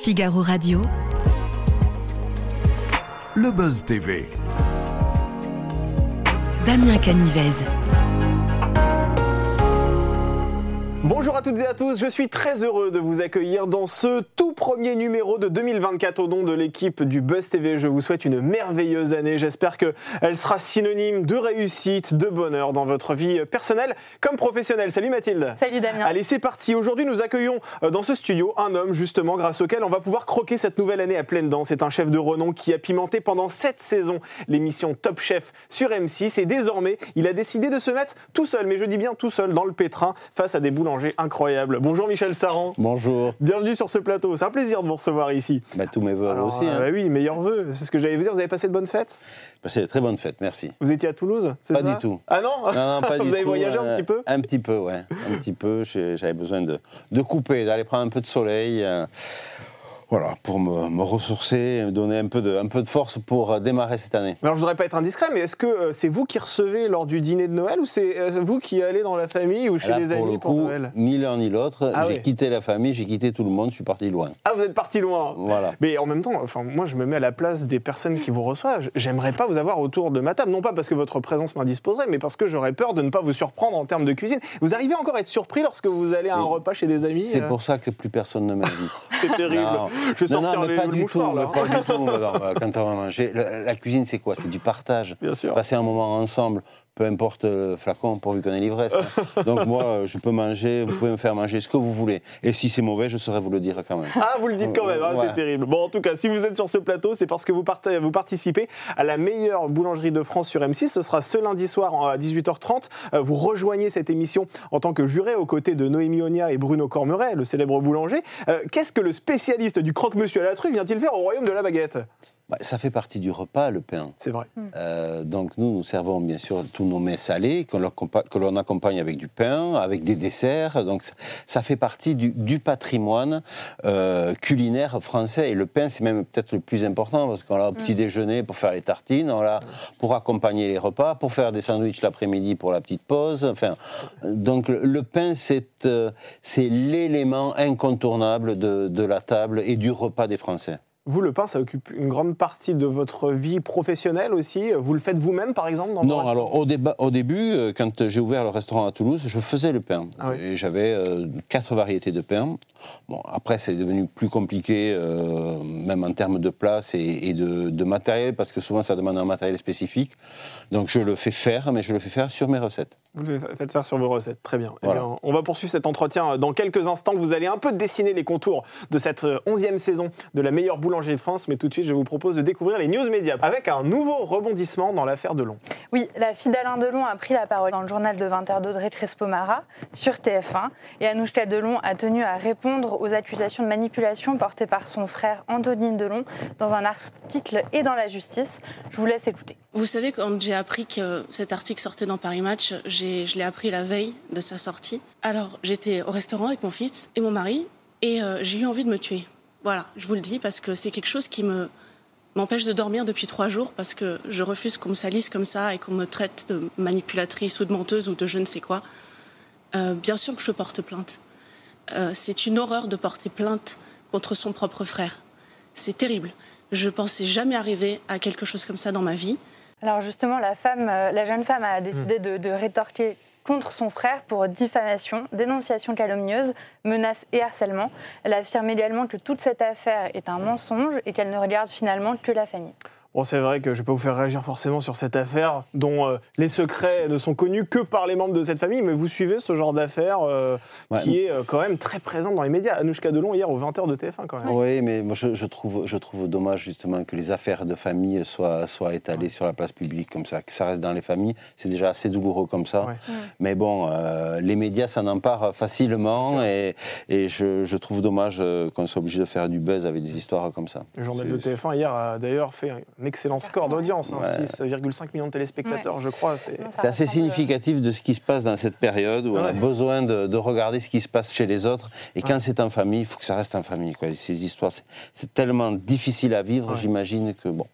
Figaro Radio. Le Buzz TV. Damien Canivez. Bonjour à toutes et à tous, je suis très heureux de vous accueillir dans ce tout premier numéro de 2024 au nom de l'équipe du Buzz TV. Je vous souhaite une merveilleuse année, j'espère qu'elle sera synonyme de réussite, de bonheur dans votre vie personnelle comme professionnelle. Salut Mathilde. Salut Damien. Allez, c'est parti. Aujourd'hui, nous accueillons dans ce studio un homme justement grâce auquel on va pouvoir croquer cette nouvelle année à pleines dents. C'est un chef de renom qui a pimenté pendant 7 saisons l'émission Top Chef sur M6 et désormais, il a décidé de se mettre tout seul, mais je dis bien tout seul, dans le pétrin face à des boulangers incroyable. Bonjour Michel Saran. Bonjour. Bienvenue sur ce plateau. C'est un plaisir de vous recevoir ici. Tous mes vœux aussi. Oui, meilleurs vœux. C'est ce que j'allais vous dire. Vous avez passé de bonnes fêtes ? Passé de très bonnes fêtes, merci. Vous étiez à Toulouse, c'est ça ? Pas du tout. Ah non ? Non, pas du tout. Vous avez voyagé un petit peu ? Un petit peu, ouais. Un petit peu. J'avais besoin de couper, d'aller prendre un peu de soleil. Voilà, pour me ressourcer, me donner un peu de force pour démarrer cette année. Alors, je ne voudrais pas être indiscret, mais est-ce que c'est vous qui recevez lors du dîner de Noël ou c'est vous qui allez dans la famille ou chez des amis pour Noël ? Ni l'un ni l'autre. J'ai quitté la famille, j'ai quitté tout le monde, je suis parti loin. Ah, vous êtes parti loin. Voilà. Mais en même temps, moi, je me mets à la place des personnes qui vous reçoivent. J'aimerais pas vous avoir autour de ma table. Non pas parce que votre présence m'indisposerait, mais parce que j'aurais peur de ne pas vous surprendre en termes de cuisine. Vous arrivez encore à être surpris lorsque vous allez à un repas chez des amis ? C'est pour ça que plus personne ne m'invite. C'est terrible. Non. Je vais sortir pas du tout. Là. Pas du tout. Quand on va manger, la cuisine, c'est quoi ? C'est du partage. Bien sûr. Passer un moment ensemble. Peu importe le flacon, pourvu qu'on ait l'ivresse. Donc moi, je peux manger, vous pouvez me faire manger ce que vous voulez. Et si c'est mauvais, je saurais vous le dire quand même. Ah, vous le dites quand même, hein, ouais. C'est terrible. Bon, en tout cas, si vous êtes sur ce plateau, c'est parce que vous participez à la meilleure boulangerie de France sur M6. Ce sera ce lundi soir à 18h30. Vous rejoignez cette émission en tant que juré aux côtés de Noémie Onia et Bruno Cormeret, le célèbre boulanger. Qu'est-ce que le spécialiste du croque-monsieur à la truffe vient-il faire au royaume de la baguette ? Ça fait partie du repas, le pain. C'est vrai. Donc nous servons bien sûr tous nos mets salés que l'on accompagne avec du pain, avec des desserts. Donc ça fait partie du patrimoine culinaire français. Et le pain, c'est même peut-être le plus important parce qu'on l'a au petit déjeuner pour faire les tartines, on l'a pour accompagner les repas, pour faire des sandwichs l'après-midi pour la petite pause. Enfin, donc le pain, c'est l'élément incontournable de la table et du repas des Français. Vous, le pain, ça occupe une grande partie de votre vie professionnelle aussi. Vous le faites vous-même, par exemple, dans Non, alors au début, quand j'ai ouvert le restaurant à Toulouse, je faisais le pain. Ah oui. Et j'avais 4 variétés de pain. Bon, après, c'est devenu plus compliqué, même en termes de place et de matériel, parce que souvent, ça demande un matériel spécifique. Donc, je le fais faire, mais je le fais faire sur mes recettes. Vous le faites faire sur vos recettes, très bien. Voilà. Eh bien, on va poursuivre cet entretien dans quelques instants. Vous allez un peu dessiner les contours de cette 11e saison de la meilleure boulangerie de France. Mais tout de suite, je vous propose de découvrir les news médias avec un nouveau rebondissement dans l'affaire Delon. Oui, la fille d'Alain Delon a pris la parole dans le journal de 20h d'Audrey Crespo-Mara sur TF1. Et Anouchka Delon a tenu à répondre aux accusations de manipulation portées par son frère Antonine Delon dans un article et dans la justice. Je vous laisse écouter. Vous savez, quand j'ai appris que cet article sortait dans Paris Match, je l'ai appris la veille de sa sortie. Alors, j'étais au restaurant avec mon fils et mon mari, et j'ai eu envie de me tuer. Voilà, je vous le dis, parce que c'est quelque chose qui m'empêche de dormir depuis 3 jours, parce que je refuse qu'on me salisse comme ça et qu'on me traite de manipulatrice ou de menteuse ou de je ne sais quoi. Bien sûr que je porte plainte. C'est une horreur de porter plainte contre son propre frère. C'est terrible. Je pensais jamais arriver à quelque chose comme ça dans ma vie. Alors justement, la jeune femme a décidé de rétorquer contre son frère pour diffamation, dénonciation calomnieuse, menace et harcèlement. Elle affirme également que toute cette affaire est un mensonge et qu'elle ne regarde finalement que la famille. Bon, c'est vrai que je ne vais pas vous faire réagir forcément sur cette affaire dont les secrets ne sont connus que par les membres de cette famille, mais vous suivez ce genre d'affaire qui est quand même très présente dans les médias. Anouchka Delon, hier, aux 20h de TF1, quand même. Oui, mais moi, je trouve dommage, justement, que les affaires de famille soient étalées sur la place publique comme ça, que ça reste dans les familles. C'est déjà assez douloureux comme ça. Ouais. Mais bon, les médias s'en emparent facilement et je trouve dommage qu'on soit obligé de faire du buzz avec des histoires comme ça. Le journal de TF1, hier, a d'ailleurs fait un excellent score d'audience, 6,5 millions de téléspectateurs, je crois. C'est assez significatif de ce qui se passe dans cette période où on a besoin de regarder ce qui se passe chez les autres. Et quand c'est en famille, il faut que ça reste en famille, quoi. Ces histoires, c'est tellement difficile à vivre, j'imagine que bon... Mais...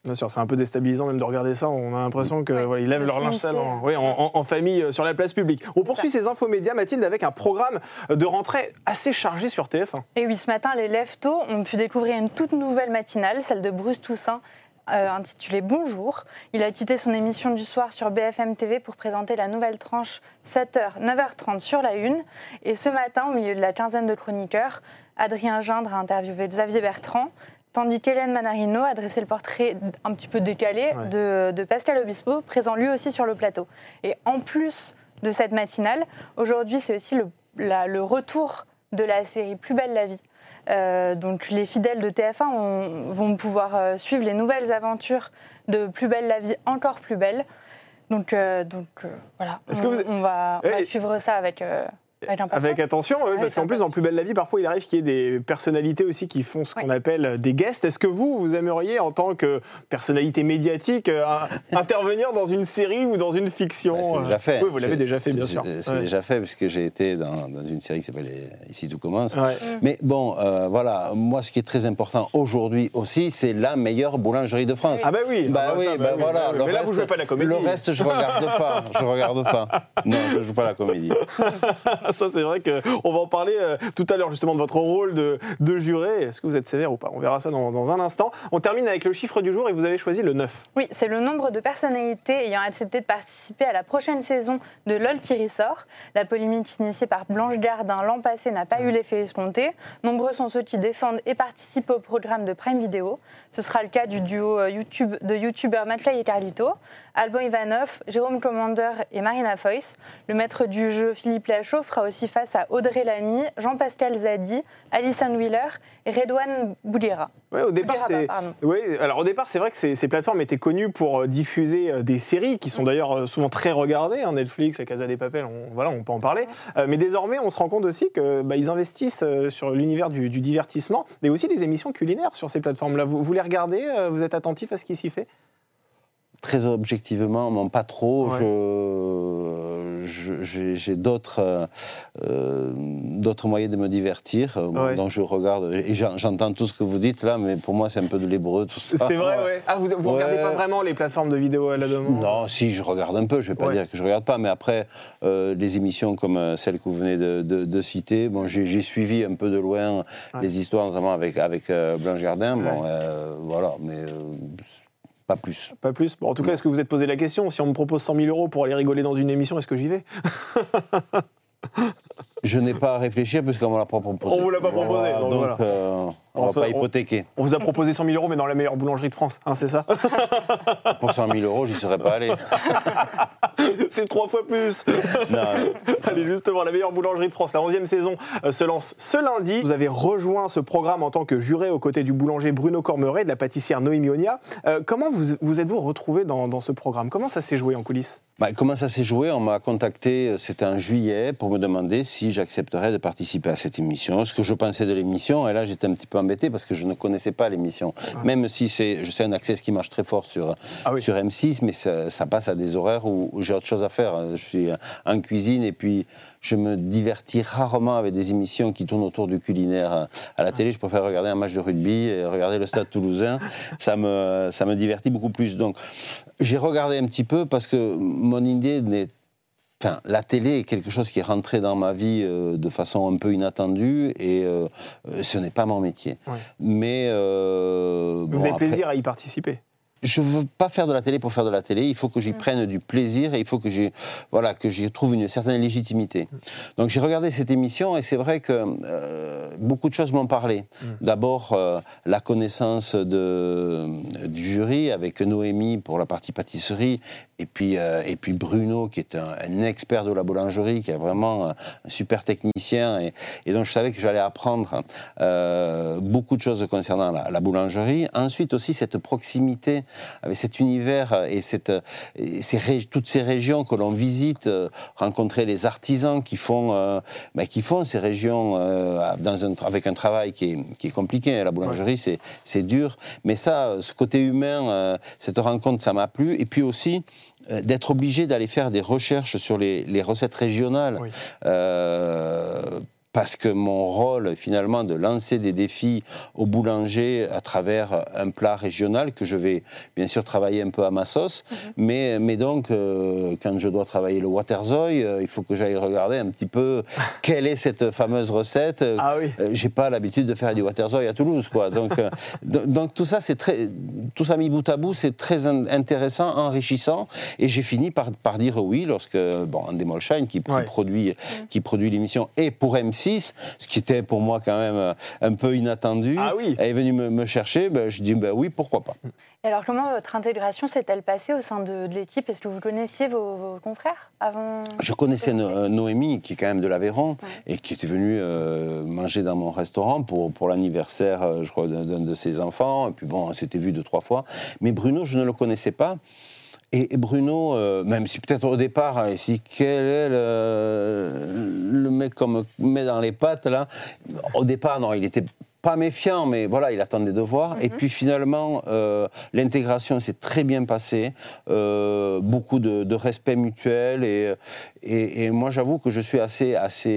Bien sûr, c'est un peu déstabilisant même de regarder ça. On a l'impression qu'ils lèvent leur linge sale en famille sur la place publique. On poursuit ces infos médias, Mathilde, avec un programme de rentrée assez chargé sur TF1. Et oui, ce matin, les Leftos ont pu découvrir une toute nouvelle matinale, celle de Bruce Toussaint, intitulée Bonjour. Il a quitté son émission du soir sur BFM TV pour présenter la nouvelle tranche 7h, 9h30 sur la Une. Et ce matin, au milieu de la quinzaine de chroniqueurs, Adrien Gindre a interviewé Xavier Bertrand, tandis qu'Hélène Manarino a dressé le portrait un petit peu décalé de Pascal Obispo, présent lui aussi sur le plateau. Et en plus de cette matinale, aujourd'hui, c'est aussi le retour de la série Plus belle la vie. Donc les fidèles de TF1 vont pouvoir suivre les nouvelles aventures de Plus belle la vie, encore plus belle. Donc voilà, on va suivre ça avec impatience. Avec attention, parce qu'en plus, dans Plus belle la vie, parfois il arrive qu'il y ait des personnalités aussi qui font ce qu'on appelle des guests. Est-ce que vous aimeriez, en tant que personnalité médiatique, intervenir dans une série ou dans une fiction? C'est déjà fait. Oui, vous l'avez déjà fait, bien sûr. C'est déjà fait, puisque j'ai été dans une série qui s'appelle Ici tout commence. Mais bon, voilà, moi ce qui est très important aujourd'hui aussi, c'est la meilleure boulangerie de France. Ah bah oui, voilà. Mais là, vous jouez pas la comédie. Le reste, je regarde pas. Non, je joue pas la comédie. Ça, c'est vrai qu'on va en parler tout à l'heure, justement, de votre rôle de juré. Est-ce que vous êtes sévère ou pas? On verra ça dans un instant. On termine avec le chiffre du jour et vous avez choisi le 9. Oui, c'est le nombre de personnalités ayant accepté de participer à la prochaine saison de LOL qui ressort. La polémique initiée par Blanche Gardin l'an passé n'a pas eu l'effet escompté. Nombreux sont ceux qui défendent et participent au programme de Prime Video. Ce sera le cas du duo de youtubeurs McFly et Carlito, Alban Ivanov, Jérôme Commander et Marina Foïs. Le maître du jeu, Philippe Lachaud, fera aussi face à Audrey Lamy, Jean-Pascal Zadi, Alison Wheeler et Redouane Boulira. Ouais, au départ, c'est vrai que ces plateformes étaient connues pour diffuser des séries qui sont d'ailleurs souvent très regardées, Netflix, Casa des Papel, on peut en parler. Mais désormais, on se rend compte aussi qu'ils investissent sur l'univers du divertissement, mais aussi des émissions culinaires sur ces plateformes-là. Vous les regardez, vous êtes attentif à ce qui s'y fait? Très objectivement, non, pas trop. J'ai d'autres moyens de me divertir, donc je regarde, et j'entends tout ce que vous dites là, mais pour moi c'est un peu de l'hébreu tout ça. C'est vrai, ouais. Ah, vous regardez pas vraiment les plateformes de vidéos à la demande? Non, si, je regarde un peu, je vais pas dire que je regarde pas, mais après, les émissions comme celle que vous venez de citer, bon, j'ai suivi un peu de loin les histoires, notamment avec Blanche Gardin, voilà, mais... Pas plus. Pas plus. Bon, en tout cas, est-ce que vous êtes posé la question? Si on me propose 100 000 € pour aller rigoler dans une émission, est-ce que j'y vais? Je n'ai pas à réfléchir puisqu'on me l'a pas proposé. On vous l'a pas proposé. Donc on va pas hypothéquer. On vous a proposé 100 000 € mais dans la meilleure boulangerie de France, c'est ça? Pour 100 000 €, j'y serais pas allé. C'est 3 fois plus. Non. Allez, justement, la meilleure boulangerie de France, la 11e saison se lance ce lundi. Vous avez rejoint ce programme en tant que juré aux côtés du boulanger Bruno Cormeret et de la pâtissière Noémie Onia. Comment vous êtes-vous retrouvé dans ce programme? Comment ça s'est joué en coulisses? Comment ça s'est joué? On m'a contacté, c'était en juillet, pour me demander si j'accepterais de participer à cette émission, ce que je pensais de l'émission, et là j'étais un petit peu embêté parce que je ne connaissais pas l'émission. Même si je sais un accès qui marche très fort sur M6, mais ça passe à des horaires où j'ai autre chose à faire. Je suis en cuisine et puis je me divertis rarement avec des émissions qui tournent autour du culinaire à la télé. Je préfère regarder un match de rugby et regarder le Stade Toulousain. Ça me divertit beaucoup plus. Donc j'ai regardé un petit peu parce que mon idée n'est... Enfin, la télé est quelque chose qui est rentré dans ma vie de façon un peu inattendue et ce n'est pas mon métier. Mais vous avez plaisir à y participer? Je ne veux pas faire de la télé pour faire de la télé, il faut que j'y prenne du plaisir et il faut que j'y trouve une certaine légitimité. Donc j'ai regardé cette émission et c'est vrai que beaucoup de choses m'ont parlé. D'abord, la connaissance du jury avec Noémie pour la partie pâtisserie et puis Bruno qui est un expert de la boulangerie, qui est vraiment un super technicien et donc je savais que j'allais apprendre beaucoup de choses concernant la boulangerie. Ensuite aussi cette proximité avec cet univers et toutes ces régions que l'on visite, rencontrer les artisans qui font ces régions avec un travail qui est compliqué. La boulangerie, c'est dur, mais ce côté humain, cette rencontre, ça m'a plu. Et puis aussi, d'être obligé d'aller faire des recherches sur les recettes régionales. parce que mon rôle, finalement, de lancer des défis aux boulangers à travers un plat régional que je vais, bien sûr, travailler un peu à ma sauce. Mais donc, quand je dois travailler le Waterzooi, il faut que j'aille regarder un petit peu quelle est cette fameuse recette. Ah oui. J'ai pas l'habitude de faire du Waterzooi à Toulouse, quoi. Donc tout ça, tout ça mis bout à bout, c'est très intéressant, enrichissant. Et j'ai fini par dire oui lorsque, Andé Molsheim, qui produit l'émission, et pour M6, ce qui était pour moi quand même un peu inattendu, est venu me chercher. Je dis oui, pourquoi pas. Et alors, comment votre intégration s'est-elle passée au sein de l'équipe? Est-ce que vous connaissiez vos confrères avant? Je connaissais Noémie, qui est quand même de l'Aveyron, et qui était venue manger dans mon restaurant pour l'anniversaire, je crois, d'un de ses enfants. Et puis on s'était vu 2-3 fois. Mais Bruno, je ne le connaissais pas. Et Bruno, même si peut-être au départ, quel est le mec qu'on me met dans les pattes, là, au départ, non, il était pas méfiant, mais voilà, il attendait de voir. Et puis finalement, l'intégration s'est très bien passée, beaucoup de respect mutuel. Et moi, j'avoue que je suis assez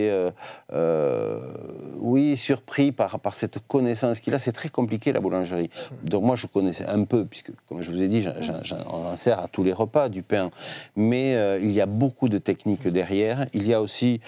surpris par cette connaissance qu'il a. C'est très compliqué, la boulangerie. Donc moi, je connaissais un peu, puisque, comme je vous ai dit, on en sert à tous les repas, du pain. Mais il y a beaucoup de techniques derrière. Il y a aussi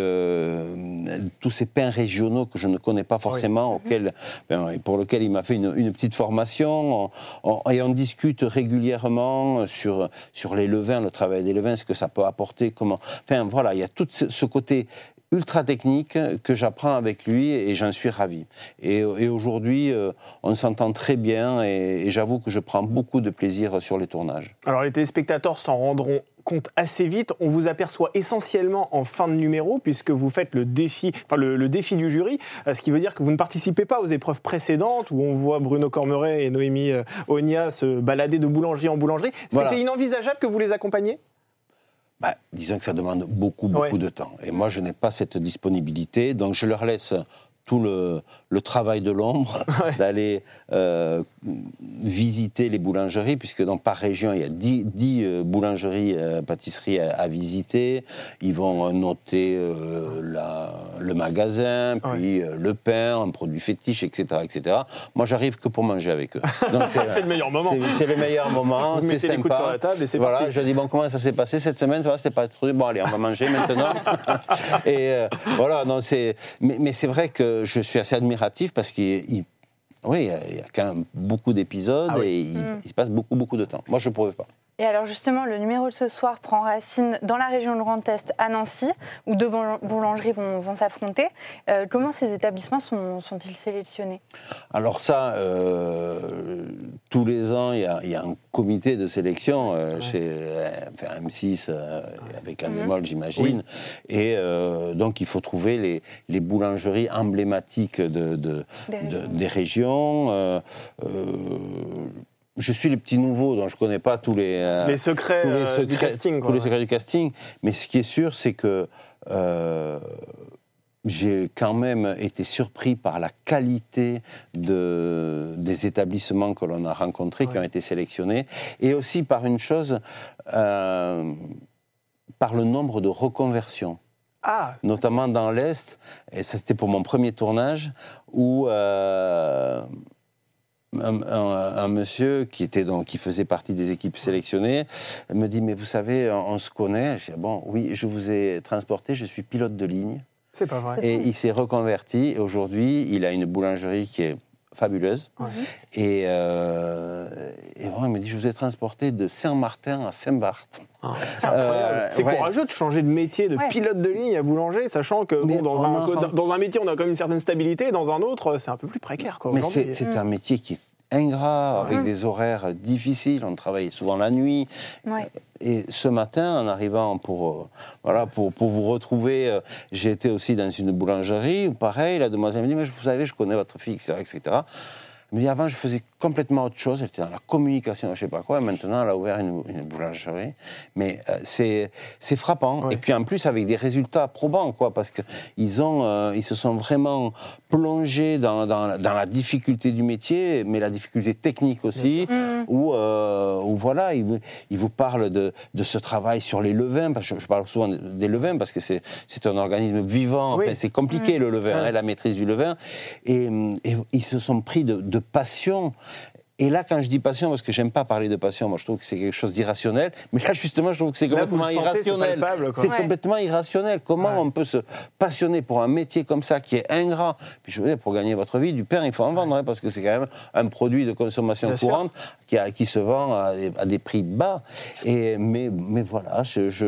tous ces pains régionaux que je ne connais pas forcément, pour lesquels il m'a fait une petite formation. Et on discute régulièrement sur les levains, le travail des levains, ce que ça peut apporter, comment... Enfin, voilà, il y a tout ce côté ultra technique que j'apprends avec lui et j'en suis ravi. Et aujourd'hui, on s'entend très bien et j'avoue que je prends beaucoup de plaisir sur les tournages. Alors les téléspectateurs s'en rendront compte assez vite. On vous aperçoit essentiellement en fin de numéro puisque vous faites le défi du jury, ce qui veut dire que vous ne participez pas aux épreuves précédentes où on voit Bruno Cormeret et Noémie Ogna se balader de boulangerie en boulangerie. Voilà. C'était inenvisageable que vous les accompagniez ? Disons que ça demande beaucoup de temps. Et moi, je n'ai pas cette disponibilité, donc je leur laisse tout le travail de l'ombre, d'aller visiter les boulangeries, puisque par région, il y a 10 boulangeries, pâtisseries à visiter. Ils vont noter le magasin, puis le pain, un produit fétiche, etc., etc. Moi, j'arrive que pour manger avec eux. Donc, c'est le meilleur moment. C'est le meilleur moment, vous c'est sympa. Les coudes sur la table et c'est parti. Je dis, comment ça s'est passé cette semaine? Ça va, c'est pas trop... Bon, allez, on va manger maintenant. Et voilà, non, mais c'est vrai que je suis assez admiratif parce qu'il y a quand même beaucoup d'épisodes et il se passe beaucoup de temps. Moi, je ne pourrais pas. Et alors justement, le numéro de ce soir prend racine dans la région de Grand Est, à Nancy, où 2 boulangeries vont s'affronter. Comment ces établissements sont-ils sélectionnés? Alors ça, tous les ans, il y a un comité de sélection chez M6, avec Andé Molsheim, j'imagine. Et donc, il faut trouver les boulangeries emblématiques des régions. Je suis le petit nouveau, donc je ne connais pas tous les secrets du casting. Tous les secrets du casting. Mais ce qui est sûr, c'est que j'ai quand même été surpris par la qualité des établissements que l'on a rencontrés, qui ont été sélectionnés, et aussi par une chose, par le nombre de reconversions. Notamment dans l'Est, et ça c'était pour mon premier tournage, où... Un monsieur qui faisait partie des équipes sélectionnées me dit, mais vous savez, on se connaît. Je dis, oui, je vous ai transporté, je suis pilote de ligne. C'est pas vrai. Et il s'est reconverti et aujourd'hui, il a une boulangerie qui est fabuleuse. Et il me dit, je vous ai transporté de Saint-Martin à Saint-Barth. C'est incroyable. C'est courageux de changer de métier de pilote de ligne à boulanger, sachant que dans un métier, on a quand même une certaine stabilité, et dans un autre, c'est un peu plus précaire. Mais c'est un métier qui est ingrat, avec des horaires difficiles. On travaille souvent la nuit. Et ce matin, en arrivant pour vous retrouver, j'ai été aussi dans une boulangerie où, pareil, la demoiselle me dit, mais vous savez, je connais votre fille, etc., etc. Elle me dit, avant, je faisais complètement autre chose. Elle était dans la communication, je sais pas quoi. Et maintenant, elle a ouvert une boulangerie. Mais c'est frappant. Oui. Et puis, en plus, avec des résultats probants, quoi, parce qu'ils se sont vraiment plongés dans la difficulté du métier, mais la difficulté technique aussi, où voilà, ils vous parlent de ce travail sur les levains. Parce que je parle souvent des levains, parce que c'est un organisme vivant. Oui. Enfin, c'est compliqué, le levain, la maîtrise du levain. Et ils se sont pris de passion. Et là, quand je dis passion, parce que j'aime pas parler de passion, moi je trouve que c'est quelque chose d'irrationnel, mais là justement je trouve que c'est complètement irrationnel. C'est complètement irrationnel. Comment on peut se passionner pour un métier comme ça qui est ingrat? Puis je veux dire, pour gagner votre vie, du pain, il faut en vendre, parce que c'est quand même un produit de consommation courante qui se vend à des prix bas. Mais voilà,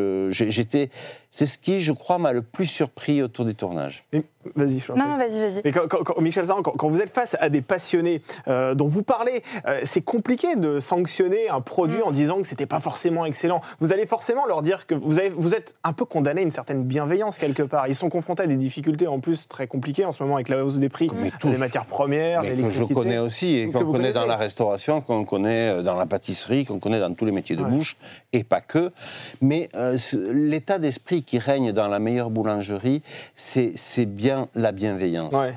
c'est ce qui, je crois, m'a le plus surpris autour du tournage. Vas-y, je Non, vas-y. Mais Michel Saran, quand vous êtes face à des passionnés dont vous parlez, c'est compliqué de sanctionner un produit en disant que c'était pas forcément excellent. Vous allez forcément leur dire que vous êtes un peu condamné à une certaine bienveillance quelque part. Ils sont confrontés à des difficultés en plus très compliquées en ce moment avec la hausse des prix des matières premières, l'électricité. Que je connais aussi et qu'on connaît dans la restauration, qu'on connaît dans la pâtisserie, qu'on connaît dans tous les métiers de bouche et pas que. Mais l'état d'esprit qui règne dans la meilleure boulangerie, c'est bien la bienveillance. Ouais.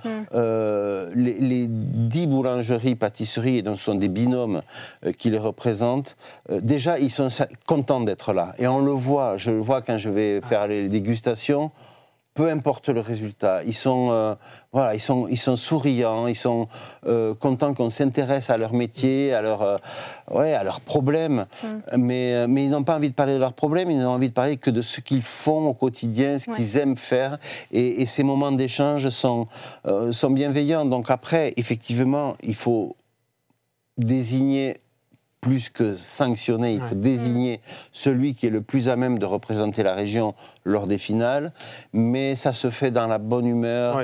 Les 10 boulangeries, pâtisseries, et donc ce sont des binômes qui les représentent, déjà ils sont contents d'être là. Et on le voit, je le vois quand je vais faire les dégustations, peu importe le résultat, ils sont souriants, ils sont contents qu'on s'intéresse à leur métier, à leurs problèmes. Mais ils n'ont pas envie de parler de leurs problèmes, ils n'ont envie de parler que de ce qu'ils font au quotidien, ce qu'ils aiment faire. Et ces moments d'échange sont bienveillants. Donc après, effectivement, il faut désigner plus que sanctionner, il faut désigner celui qui est le plus à même de représenter la région lors des finales, mais ça se fait dans la bonne humeur,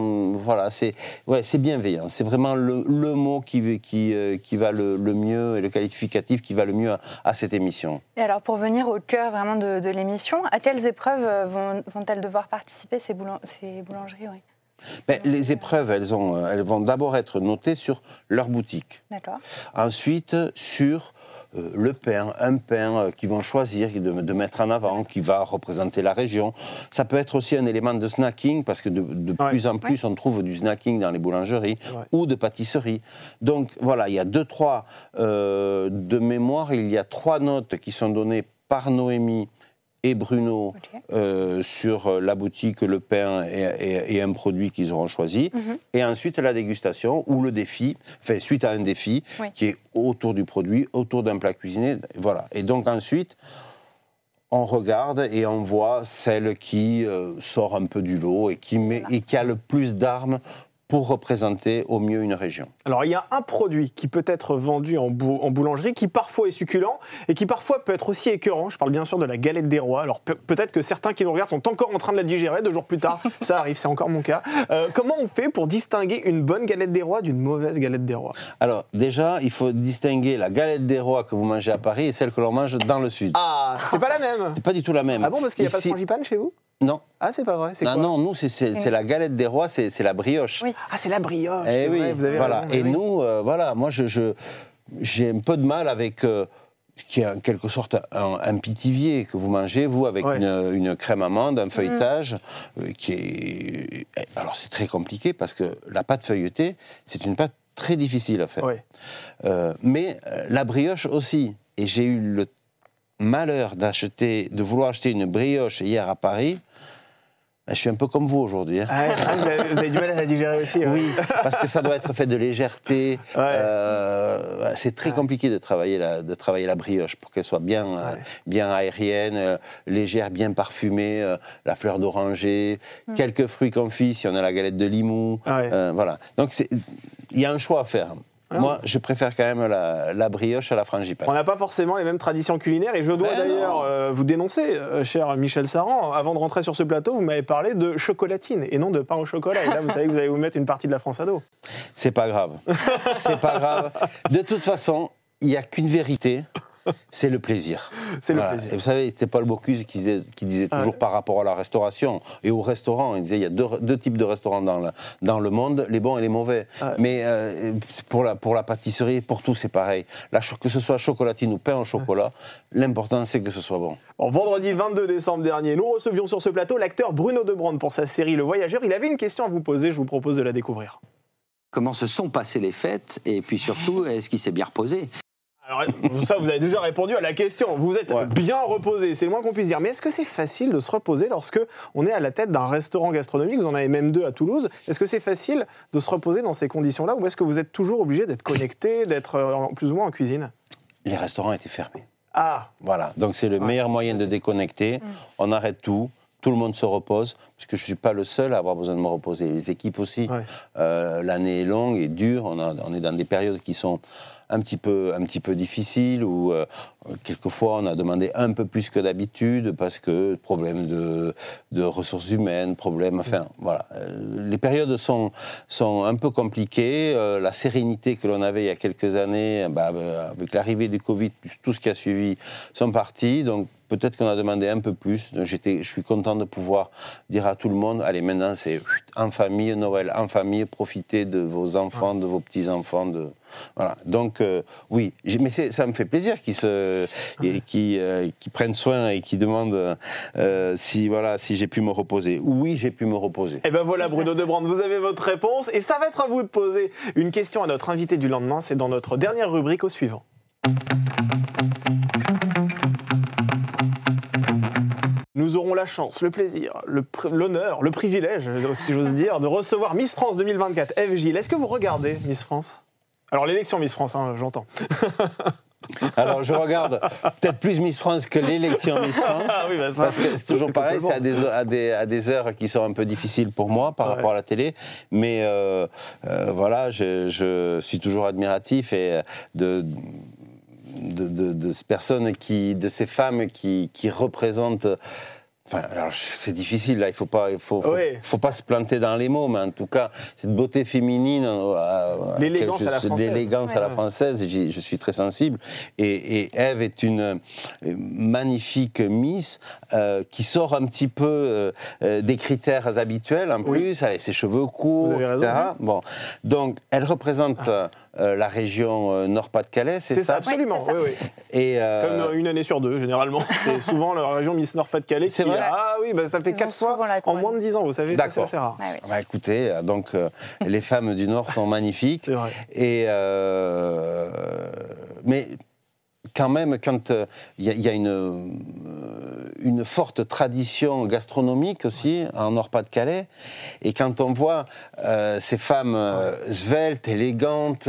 c'est bienveillant, c'est vraiment le mot qui va le mieux, et le qualificatif qui va le mieux à cette émission. Et alors, pour venir au cœur vraiment de l'émission, à quelles épreuves vont-elles devoir participer, ces boulangeries Les épreuves, elles vont d'abord être notées sur leur boutique. D'accord. Ensuite, sur le pain, un pain qu'ils vont choisir de mettre en avant, qui va représenter la région. Ça peut être aussi un élément de snacking, parce que de plus en plus, on trouve du snacking dans les boulangeries ou de pâtisseries. Donc voilà, il y a 2-3 de mémoire, il y a 3 notes qui sont données par Noémie et Bruno sur la boutique, le pain et un produit qu'ils auront choisi. Et ensuite, la dégustation ou le défi, suite à un défi qui est autour du produit, autour d'un plat cuisiné. Voilà. Et donc ensuite, on regarde et on voit celle qui sort un peu du lot et qui a le plus d'armes pour représenter au mieux une région. Alors, il y a un produit qui peut être vendu en boulangerie, qui parfois est succulent et qui parfois peut être aussi écœurant. Je parle bien sûr de la galette des rois. Alors, peut-être que certains qui nous regardent sont encore en train de la digérer 2 jours plus tard. Ça arrive, c'est encore mon cas. Comment on fait pour distinguer une bonne galette des rois d'une mauvaise galette des rois? Alors, déjà, il faut distinguer la galette des rois que vous mangez à Paris et celle que l'on mange dans le Sud. Ah, c'est pas la même. C'est pas du tout la même. Ah bon, parce qu'il n'y a pas de frangipane chez vous? Non. Ah, c'est pas vrai, c'est quoi? Non, nous, c'est la galette des rois, c'est la brioche. Oui. Ah, c'est la brioche, c'est vrai, vous avez raison. Et nous, moi, j'ai un peu de mal avec ce qui est en quelque sorte un pitivier que vous mangez, vous, avec une crème amande, un feuilletage, qui est... Alors, c'est très compliqué, parce que la pâte feuilletée, c'est une pâte très difficile à faire. Mais la brioche aussi. Et j'ai eu le malheur de vouloir acheter une brioche hier à Paris. Je suis un peu comme vous aujourd'hui. Hein. Vous avez du mal à la digérer aussi. Oui, parce que ça doit être fait de légèreté. C'est très compliqué de travailler la brioche pour qu'elle soit bien aérienne, légère, bien parfumée, la fleur d'oranger, quelques fruits confits si on a la galette de Limoux. Voilà. Donc il y a un choix à faire. Moi, je préfère quand même la brioche à la frangipane. On n'a pas forcément les mêmes traditions culinaires, et je dois d'ailleurs vous dénoncer, cher Michel Saran. Avant de rentrer sur ce plateau, vous m'avez parlé de chocolatine et non de pain au chocolat. Et là, vous savez que vous allez vous mettre une partie de la France à dos. C'est pas grave. C'est pas grave. De toute façon, il n'y a qu'une vérité. c'est le plaisir. C'est le plaisir. Et vous savez, c'était Paul Bocuse qui disait toujours par rapport à la restauration et au restaurant, il disait il y a deux types de restaurants dans le monde, les bons et les mauvais. Mais pour la pâtisserie, pour tout, c'est pareil. Que ce soit chocolatine ou pain au chocolat, l'important, c'est que ce soit bon. Vendredi 22 décembre dernier, nous recevions sur ce plateau l'acteur Bruno Debrande pour sa série Le Voyageur. Il avait une question à vous poser, je vous propose de la découvrir. Comment se sont passées les fêtes et puis surtout, est-ce qu'il s'est bien reposé ? Alors ça, vous avez déjà répondu à la question. Vous êtes bien reposé, c'est le moins qu'on puisse dire. Mais est-ce que c'est facile de se reposer lorsque on est à la tête d'un restaurant gastronomique ? Vous en avez même 2 à Toulouse. Est-ce que c'est facile de se reposer dans ces conditions-là ou est-ce que vous êtes toujours obligé d'être connecté, d'être plus ou moins en cuisine ? Les restaurants étaient fermés. Ah. Voilà, donc c'est le meilleur moyen de déconnecter. On arrête tout. Tout le monde se repose, parce que je ne suis pas le seul à avoir besoin de me reposer. Les équipes aussi. L'année est longue et dure. On est dans des périodes qui sont un petit peu difficiles, où quelquefois on a demandé un peu plus que d'habitude, parce que problème de ressources humaines, voilà. Les périodes sont un peu compliquées. La sérénité que l'on avait il y a quelques années, avec l'arrivée du Covid, plus tout ce qui a suivi, sont partis. Donc peut-être qu'on a demandé un peu plus. Je suis content de pouvoir dire à tout le monde, allez, maintenant c'est en famille, Noël en famille, profitez de vos enfants, de vos petits-enfants. Voilà. Donc oui, mais ça me fait plaisir qu'ils prennent soin et qu'ils demandent si j'ai pu me reposer. Oui, j'ai pu me reposer. Et ben voilà, Bruno Debrande, vous avez votre réponse. Et ça va être à vous de poser une question à notre invité du lendemain. C'est dans notre dernière rubrique au suivant. Nous aurons la chance, le plaisir, l'honneur, le privilège, si j'ose dire, de recevoir Miss France 2024, Ève Gilles. Est-ce que vous regardez Miss France ? Alors l'élection Miss France, j'entends. Alors je regarde peut-être plus Miss France que l'élection Miss France, parce que c'est toujours pareil, c'est à des heures qui sont un peu difficiles pour moi par rapport à la télé, mais voilà, je suis toujours admiratif et de ces femmes qui représentent. Enfin, alors c'est difficile là, il faut pas se planter dans les mots, mais en tout cas cette beauté féminine, l'élégance à la française, je suis très sensible. Et Ève est une magnifique Miss qui sort un petit peu des critères habituels en plus, avec ses cheveux courts, etc. Bon, donc elle représente la région Nord-Pas-de-Calais, c'est ça ? Absolument, c'est ça. Oui. Et comme une année sur 2, généralement. C'est souvent la région Miss Nord-Pas-de-Calais qui... Ah oui, ça fait 4 fois en moins de 10 ans, vous savez, c'est assez rare. Écoutez, donc les femmes du Nord sont magnifiques. C'est vrai. Et mais quand même, quand il y a une forte tradition gastronomique aussi en Nord-Pas-de-Calais, et quand on voit ces femmes sveltes, élégantes,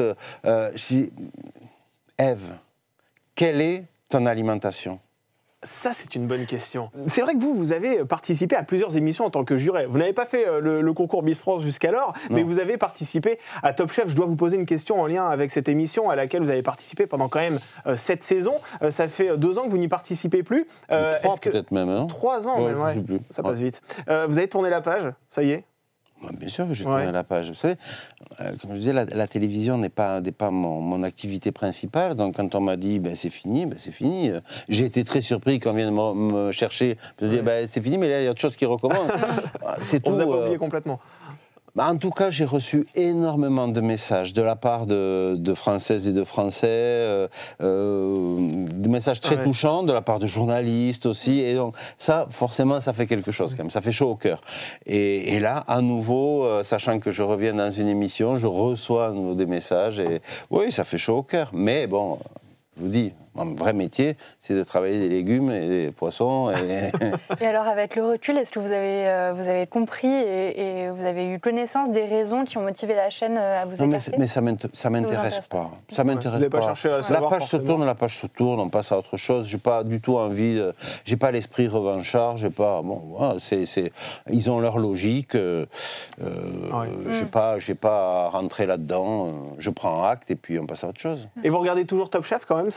Ève, quelle est ton alimentation ? Ça, c'est une bonne question. C'est vrai que vous avez participé à plusieurs émissions en tant que juré. Vous n'avez pas fait le concours Miss France jusqu'alors, mais vous avez participé à Top Chef. Je dois vous poser une question en lien avec cette émission à laquelle vous avez participé pendant quand même 7 saisons. Ça fait 2 ans que vous n'y participez plus. 3 peut-être même. Hein 3 ans même, je sais plus. Ça passe vite. Vous avez tourné la page, ça y est ? Bien sûr que j'ai tourné la page. Vous savez, comme je disais, la télévision n'est pas mon activité principale. Donc quand on m'a dit c'est fini, c'est fini. J'ai été très surpris quand on vient de me chercher. Je me dis c'est fini, mais là il y a autre chose qui recommence. C'est tout. On vous a pas oublié complètement. En tout cas, j'ai reçu énormément de messages de la part de Françaises et de Français, des messages très touchants de la part de journalistes aussi. Et donc, ça, forcément, ça fait quelque chose quand même. Ça fait chaud au cœur. Et là, à nouveau, sachant que je reviens dans une émission, je reçois à nouveau des messages. Et oui, ça fait chaud au cœur. Mais bon, je vous dis, mon vrai métier, c'est de travailler des légumes et des poissons. Et alors, avec le recul, est-ce que vous avez compris et vous avez eu connaissance des raisons qui ont motivé la chaîne à vous écarter ? Mais ça m'intéresse pas. Ça m'intéresse vous n'avez pas cherché à savoir, la page se tourne, on passe à autre chose. J'ai pas du tout envie, j'ai pas l'esprit revanchard, j'ai pas. Bon, voilà, ils ont leur logique. J'ai pas à rentrer là-dedans. Je prends acte et puis on passe à autre chose. Et vous regardez toujours Top Chef quand même ? Ça reste un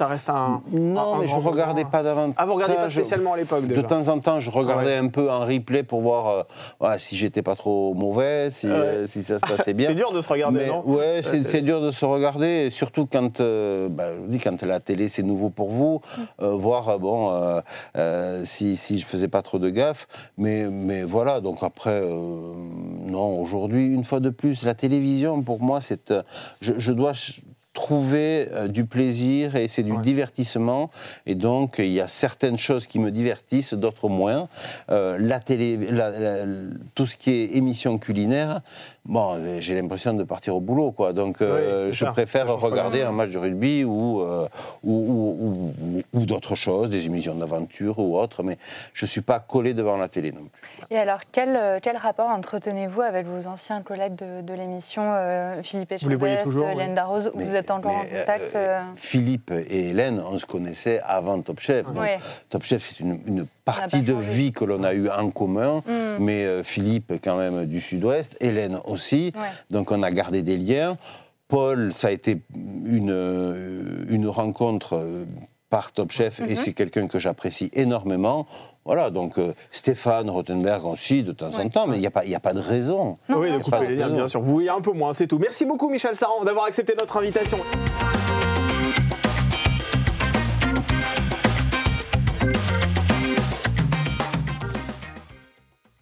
Non, mais je ne regardais pas davantage. Ah, vous ne regardez pas spécialement à l'époque déjà. De temps en temps, je regardais un peu en replay pour voir si j'étais pas trop mauvais, si ça se passait bien. C'est dur de se regarder, non? Ouais, c'est dur de se regarder, et surtout quand, je vous dis, quand la télé c'est nouveau pour vous, voir si je faisais pas trop de gaffe. Mais voilà, donc après, non, aujourd'hui, une fois de plus, la télévision, pour moi, je dois trouver du plaisir et c'est du divertissement, et donc il y a certaines choses qui me divertissent, d'autres moins. La télé, tout ce qui est émission culinaire, bon, j'ai l'impression de partir au boulot, quoi. Donc je préfère regarder un match de rugby ou d'autres choses, des émissions d'aventure ou autres, mais je ne suis pas collé devant la télé non plus. Et alors, quel rapport entretenez-vous avec vos anciens collègues de l'émission, Philippe Etchebest, Hélène Darroze? Vous êtes encore en contact Philippe et Hélène, on se connaissait avant Top Chef. Top Chef, c'est une partie de vie que l'on a eue en commun, mais Philippe, quand même, du Sud-Ouest, Hélène aussi, donc on a gardé des liens. Paul, ça a été une rencontre par Top Chef, et c'est quelqu'un que j'apprécie énormément. Voilà, donc Stéphane Rothenberg aussi, de temps en temps, mais il n'y a pas de raison. Oui, de couper les liens, bien sûr. Vous voyez un peu moins, c'est tout. Merci beaucoup, Michel Saran, d'avoir accepté notre invitation.